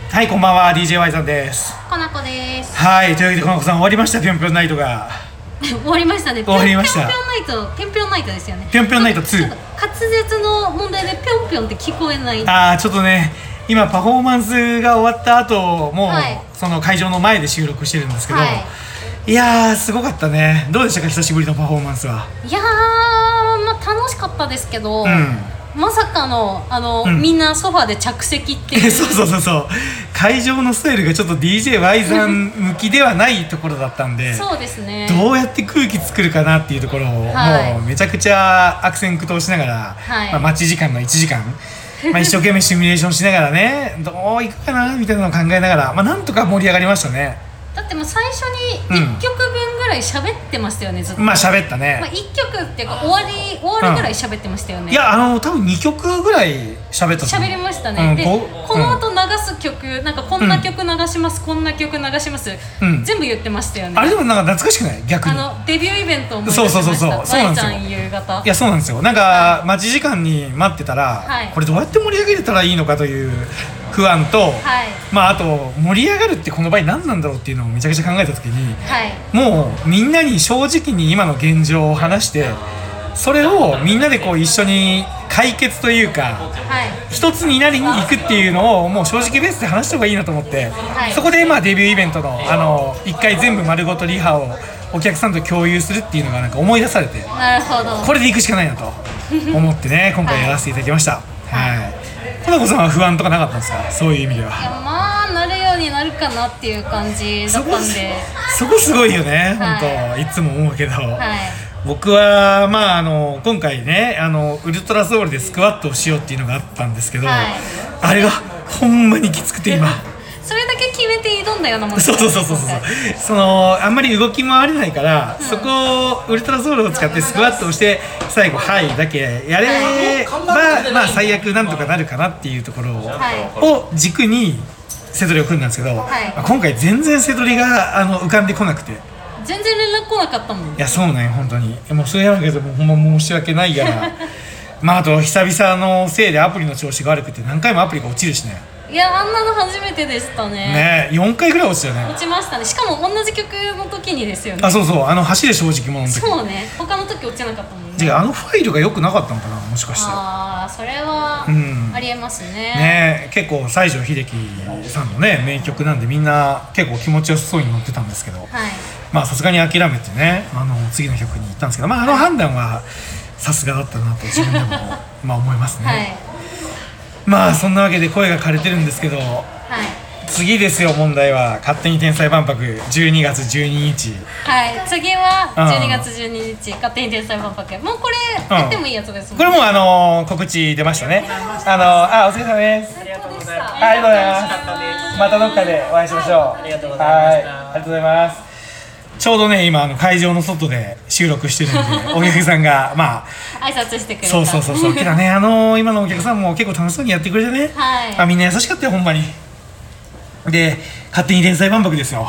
はい、こんばんは、DJ Y さんです。 かなこです。 はい、というわけで、かなこさん終わりました、ぴょんぴょんナイトが。 終わりましたね。 終わりました。 ぴょんぴょんナイトですよね。 ぴょんぴょんナイト2。 滑舌の問題でぴょんぴょんって聞こえない。 ちょっとね、今パフォーマンスが終わった後、もう、はい、その会場の前で収録してるんですけど、はい、いやー、すごかったね。どうでしたか、久しぶりのパフォーマンスは。 いやー、まあ、楽しかったですけど、まさかのみんなソファーで着席っていうそう会場のスタイルがちょっと DJ-Y さん向きではないところだったんでそうですね、 どうやって空気作るかなっていうところを、はい、もうめちゃくちゃ悪戦苦闘しながら、はい、待ち時間の1時間一生懸命シミュレーションしながらねどういくかなみたいなのを考えながら、なんとか盛り上がりましたね。 だってもう最初に1曲分ぐらい喋ってましたよね、ずっと。 喋ったね。 1曲っていうか終わるぐらい喋ってましたよね。 いや多分2曲ぐらい喋った喋りましたね。でこの後流す曲なんかこんな曲流します、こんな曲流します、全部言ってましたよね。 あれでもなんか懐かしくない？逆にデビューイベントを思い出しました。 そうなんですよ。 ちゃん夕方。 いやそうなんですよ。なんか待ち時間に待ってたら、これどうやって盛り上げれたらいいのかという不安と、あと盛り上がるってこの場合何なんだろうっていうのをめちゃくちゃ考えた時に、もうみんなに正直に今の現状を話して、それをみんなでこう一緒に解決というか、一つになりに行くっていうのをもう正直ベースで話した方がいいなと思って、そこでデビューイベントの一回全部丸ごとリハをお客さんと共有するっていうのがなんか思い出されて、 なるほど、 これで行くしかないなと思ってね今回やらせていただきました。かなこさんは不安とかなかったんですか？そういう意味では。いやなるようになるかなっていう感じだったんで、 そこすごいよね、本当いつも思うけど、僕は今回ねウルトラソウルでスクワットをしようっていうのがあったんですけど、あれがほんまにきつくて今それだけ決めて挑んだようなもん。 そうあんまり動き回れないから、そこをウルトラソウルを使ってスクワットをして最後はいだけやれば、最悪なんとかなるかなっていうところを軸にセトリを組んだんですけど、今回全然セトリが浮かんでこなくて。 全然連絡来なかったもん。 いやそうなんよ本当に。もうそれやるけどほんま申し訳ないやらあと久々のせいでアプリの調子が悪くて何回もアプリが落ちるしね。 いやあんなの初めてでしたね。 4回ぐらい落ちたよね。 落ちましたね。しかも同じ曲の時にですよね。 そう走れ正直者の時。 そうね、他の時落ちなかったもんね。 ファイルが良くなかったのかな、もしかして。 それはありえますね。結構西城秀樹さんのね名曲なんでみんな結構気持ちよさそうに乗ってたんですけど、さすがに諦めてね次の曲に行ったんですけど、判断はさすがだったなと自分でも思いますね。そんなわけで声が枯れてるんですけど、次ですよ問題は。勝手に天才万博12月12日。 次は12月12日勝手に天才万博。もうこれやってもいいやつですもんね。 これも告知出ましたね。お疲れ様です。 ありがとうございます。ありがとうございます。またどっかでお会いしましょう。 ありがとうございました。 ありがとうございます。ちょうどね今会場の外で収録してるんでお客さんが挨拶してくれた。 そうけどね今のお客さんも結構楽しそうにやってくれてね、みんな優しかったよほんまに。で勝手に天才万博ですよ。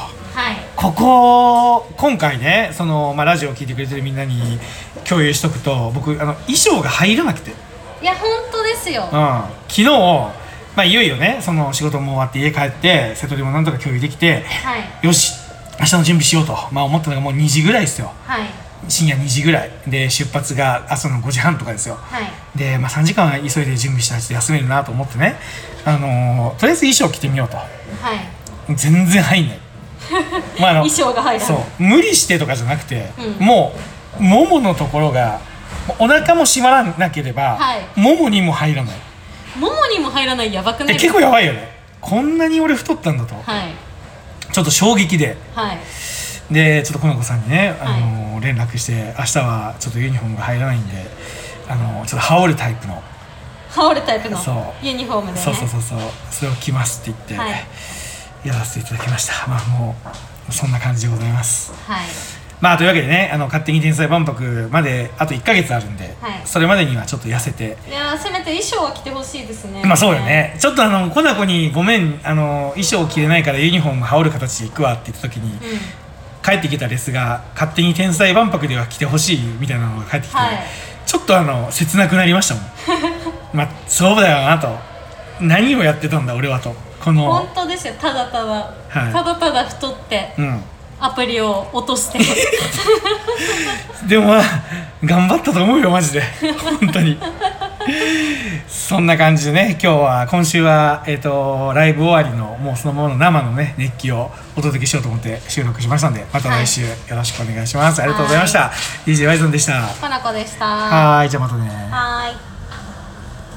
今回ねラジオを聞いてくれてるみんなに共有しとくと、僕衣装が入らなくて。 いや本当ですよ。 昨日いよいよね仕事も終わって家帰って瀬戸りもなんとか共有できて、よし明日の準備しようと思ったのがもう2時ぐらいですよ。深夜2時ぐらいで出発が朝の5時半とかですよ。で3時間は急いで準備したらちょっと休めるなと思ってねとりあえず衣装着てみようと。全然入んない衣装が入らない。 無理してとかじゃなくて、もうもものところがお腹も締まらなければ、ももにも入らない。 ももにも入らない。やばくないですか？ 結構やばいよね。こんなに俺太ったんだと、ちょっと衝撃で、でちょっとこの子さんにね連絡して明日はちょっとユニフォームが入らないんでちょっと羽織るタイプのユニフォームでね。 それを着ますって言って、やらせていただきました。もうそんな感じでございます。というわけでね勝手に天才万博まであと1ヶ月あるんで、それまでにはちょっと痩せて。 いやせめて衣装は着てほしいですね。 そうよね。ちょっとコナコにごめん衣装着れないからユニフォーム羽織る形で行くわって言った時に、帰ってきたレスが勝手に天才万博では着てほしいみたいなのが返ってきて、ちょっと切なくなりましたもんそうだよなと。何をやってたんだ俺はとこの本当ですよ。ただただ、はい、ただただ太って、アプリを落としてでもまあ頑張ったと思うよマジで本当にそんな感じでね、今週はライブ終わりのもうそのままの生のね熱気をお届けしようと思って収録しましたんで、また来週よろしくお願いします。ありがとうございました。 DJ ワイゾンでした。 かなこでした。 はい、じゃあまたね。 はい。